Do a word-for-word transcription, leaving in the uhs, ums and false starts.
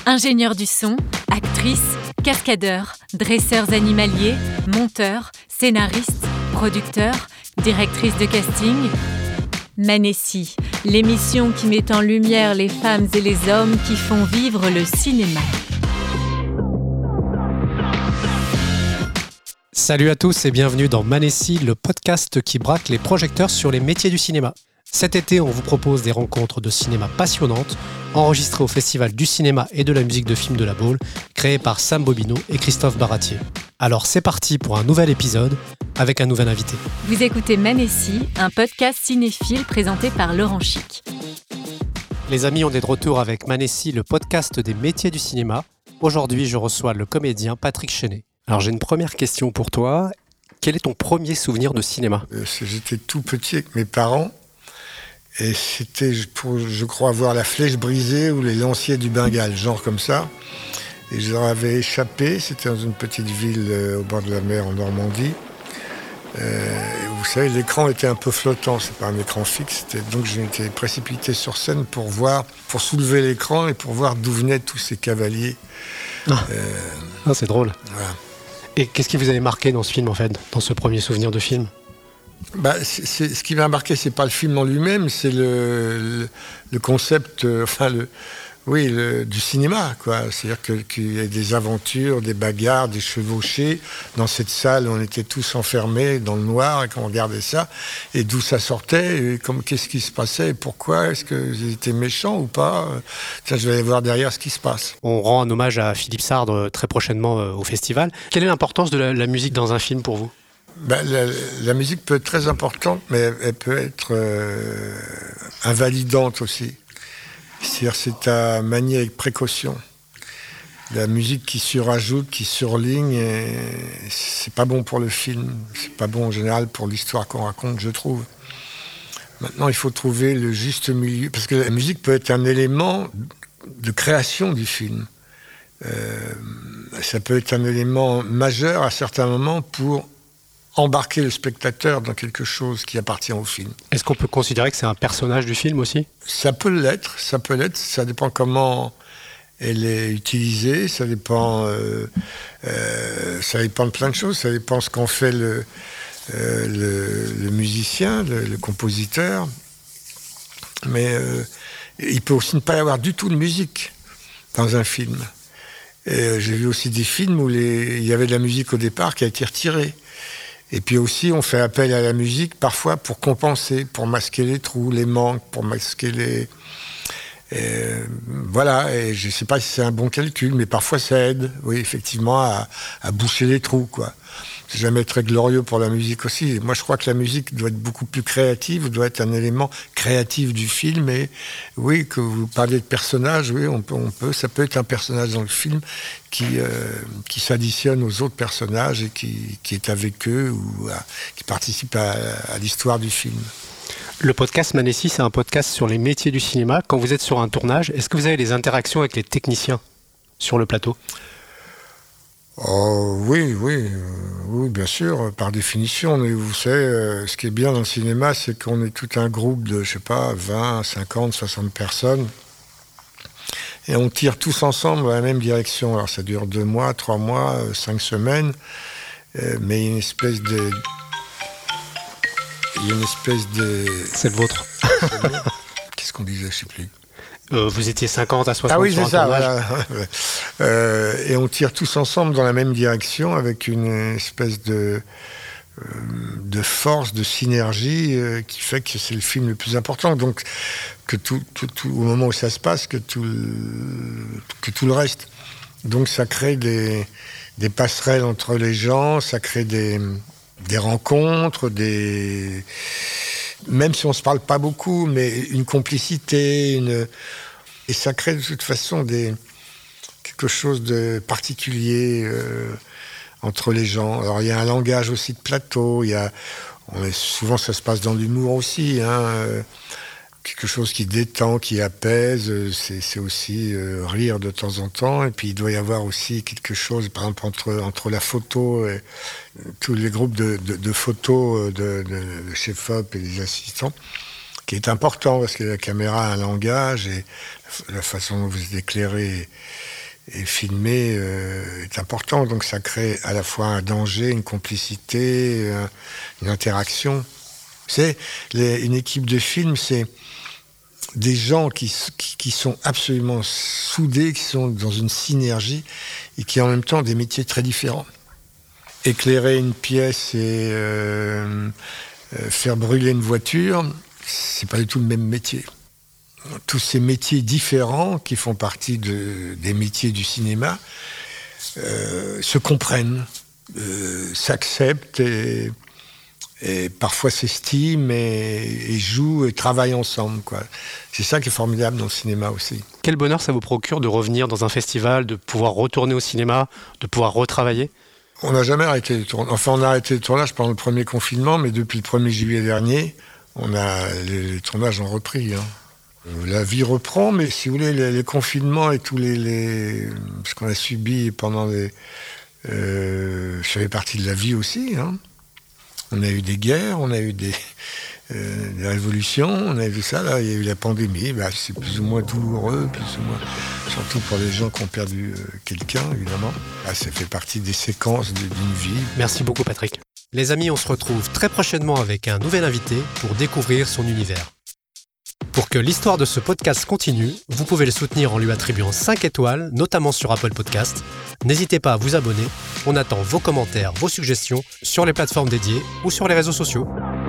Ingénieurs du son, actrices, cascadeurs, dresseurs animaliers, monteurs, scénaristes, producteurs, directrices de casting. Manessi, l'émission qui met en lumière les femmes et les hommes qui font vivre le cinéma. Salut à tous et bienvenue dans Manessi, le podcast qui braque les projecteurs sur les métiers du cinéma. Cet été, on vous propose des rencontres de cinéma passionnantes, enregistrées au Festival du cinéma et de la musique de film de la Baule, créé par Sam Bobineau et Christophe Baratier. Alors c'est parti pour un nouvel épisode, avec un nouvel invité. Vous écoutez Manessi, un podcast cinéphile présenté par Laurent Chic. Les amis, on est de retour avec Manessi, le podcast des métiers du cinéma. Aujourd'hui, je reçois le comédien Patrick Chenet. Alors j'ai une première question pour toi. Quel est ton premier souvenir de cinéma ? euh, J'étais tout petit avec mes parents. Et c'était pour, je crois, voir La Flèche brisée ou Les Lanciers du Bengale, genre comme ça. Et je leur avais échappé, c'était dans une petite ville euh, au bord de la mer en Normandie. Euh, vous savez, l'écran était un peu flottant, c'est pas un écran fixe. Donc j'ai été précipité sur scène pour voir, pour soulever l'écran et pour voir d'où venaient tous ces cavaliers. Ah, euh, ah c'est drôle. Voilà. Et qu'est-ce qui vous avait marqué dans ce film, en fait, dans ce premier souvenir de film ? Bah, c'est, c'est, ce qui m'a marqué, c'est pas le film en lui-même, c'est le, le, le concept, euh, enfin, le, oui, le, du cinéma, quoi. C'est-à-dire que, qu'il y a des aventures, des bagarres, des chevauchés. Dans cette salle, on était tous enfermés dans le noir et qu'on regardait ça. Et d'où ça sortait, et comme, qu'est-ce qui se passait, et pourquoi, est-ce qu'ils étaient méchants ou pas ? Ça, je vais aller voir derrière ce qui se passe. On rend un hommage à Philippe Sardre très prochainement euh, au festival. Quelle est l'importance de la, la musique dans un film pour vous ? Ben, la, la musique peut être très importante, mais elle, elle peut être euh, invalidante aussi. C'est-à-dire, c'est à manier avec précaution. La musique qui surajoute, qui surligne, et c'est pas bon pour le film. C'est pas bon en général pour l'histoire qu'on raconte, je trouve. Maintenant, il faut trouver le juste milieu, parce que la musique peut être un élément de création du film. Euh, ça peut être un élément majeur à certains moments pour embarquer le spectateur dans quelque chose qui appartient au film. Est-ce qu'on peut considérer que c'est un personnage du film aussi ? Ça peut l'être, ça peut l'être, ça dépend comment elle est utilisée, ça dépend, euh, euh, ça dépend de plein de choses, ça dépend de ce qu'en fait le, euh, le, le musicien, le, le compositeur, mais euh, il peut aussi ne pas y avoir du tout de musique dans un film. Et j'ai vu aussi des films où les, il y avait de la musique au départ qui a été retirée. Et puis aussi, on fait appel à la musique parfois pour compenser, pour masquer les trous, les manques, pour masquer les... Et voilà, et je ne sais pas si c'est un bon calcul, mais parfois ça aide, oui, effectivement, à, à boucher les trous, quoi. C'est jamais très glorieux pour la musique aussi. Moi, je crois que la musique doit être beaucoup plus créative, doit être un élément créatif du film. Et oui, que vous parlez de personnage, oui, on peut, on peut, ça peut être un personnage dans le film qui, euh, qui s'additionne aux autres personnages et qui, qui est avec eux ou à, qui participe à, à l'histoire du film. Le podcast Manessi, c'est un podcast sur les métiers du cinéma. Quand vous êtes sur un tournage, est-ce que vous avez des interactions avec les techniciens sur le plateau ? Oh, oui, oui, euh, oui, bien sûr, par définition. Mais vous savez, euh, ce qui est bien dans le cinéma, c'est qu'on est tout un groupe de, je sais pas, vingt, cinquante, soixante personnes. Et on tire tous ensemble dans la même direction. Alors ça dure deux mois, trois mois, euh, cinq semaines. Euh, mais il y a une espèce de... Il y a une espèce de... C'est le vôtre. Qu'est-ce qu'on disait, je sais plus. Euh, vous étiez cinquante à soixante. Ah oui, sur c'est un ça, tournage. voilà. euh, et on tire tous ensemble dans la même direction avec une espèce de, euh, de force, de synergie euh, qui fait que c'est le film le plus important. Donc, que tout, tout, tout, au moment où ça se passe, que tout, le, que tout le reste. Donc, ça crée des, des passerelles entre les gens, ça crée des, des rencontres, des... Même si on ne se parle pas beaucoup, mais une complicité, une... et ça crée de toute façon des... quelque chose de particulier euh, entre les gens. Alors il y a un langage aussi de plateau, il y a... On est... souvent ça se passe dans l'humour aussi, hein, euh... quelque chose qui détend, qui apaise, c'est, c'est aussi euh, rire de temps en temps, et puis il doit y avoir aussi quelque chose, par exemple, entre, entre la photo et tous les groupes de, de, de photos de, de, de chez F O P et les assistants, qui est important parce que la caméra a un langage et la façon dont vous êtes éclairé et filmé euh, est important. Donc ça crée à la fois un danger, une complicité, euh, une interaction. C'est les, une équipe de film, c'est des gens qui, qui, qui sont absolument soudés, qui sont dans une synergie et qui ont en même temps des métiers très différents. Éclairer une pièce et euh, euh, faire brûler une voiture, c'est pas du tout le même métier. Tous ces métiers différents qui font partie de, des métiers du cinéma euh, se comprennent, euh, s'acceptent et, et parfois s'estiment et, et jouent et travaillent ensemble, quoi. C'est ça qui est formidable dans le cinéma aussi. Quel bonheur ça vous procure de revenir dans un festival, de pouvoir retourner au cinéma, de pouvoir retravailler ? On n'a jamais arrêté les tournages. Enfin, on a arrêté les tournages pendant le premier confinement, mais depuis le premier juillet dernier, on a, les, les tournages ont repris. Hein. La vie reprend, mais si vous voulez, les, les confinements et tous les, les... ce qu'on a subi pendant les... Euh, ça fait partie de la vie aussi. Hein. On a eu des guerres, on a eu des, euh, des révolutions, on a vu ça, là, il y a eu la pandémie, bah, c'est plus ou moins douloureux, plus ou moins, surtout pour les gens qui ont perdu euh, quelqu'un, évidemment. Ah, ça fait partie des séquences de, d'une vie. Merci beaucoup, Patrick. Les amis, on se retrouve très prochainement avec un nouvel invité pour découvrir son univers. Pour que l'histoire de ce podcast continue, vous pouvez le soutenir en lui attribuant cinq étoiles, notamment sur Apple Podcast. N'hésitez pas à vous abonner. On attend vos commentaires, vos suggestions sur les plateformes dédiées ou sur les réseaux sociaux.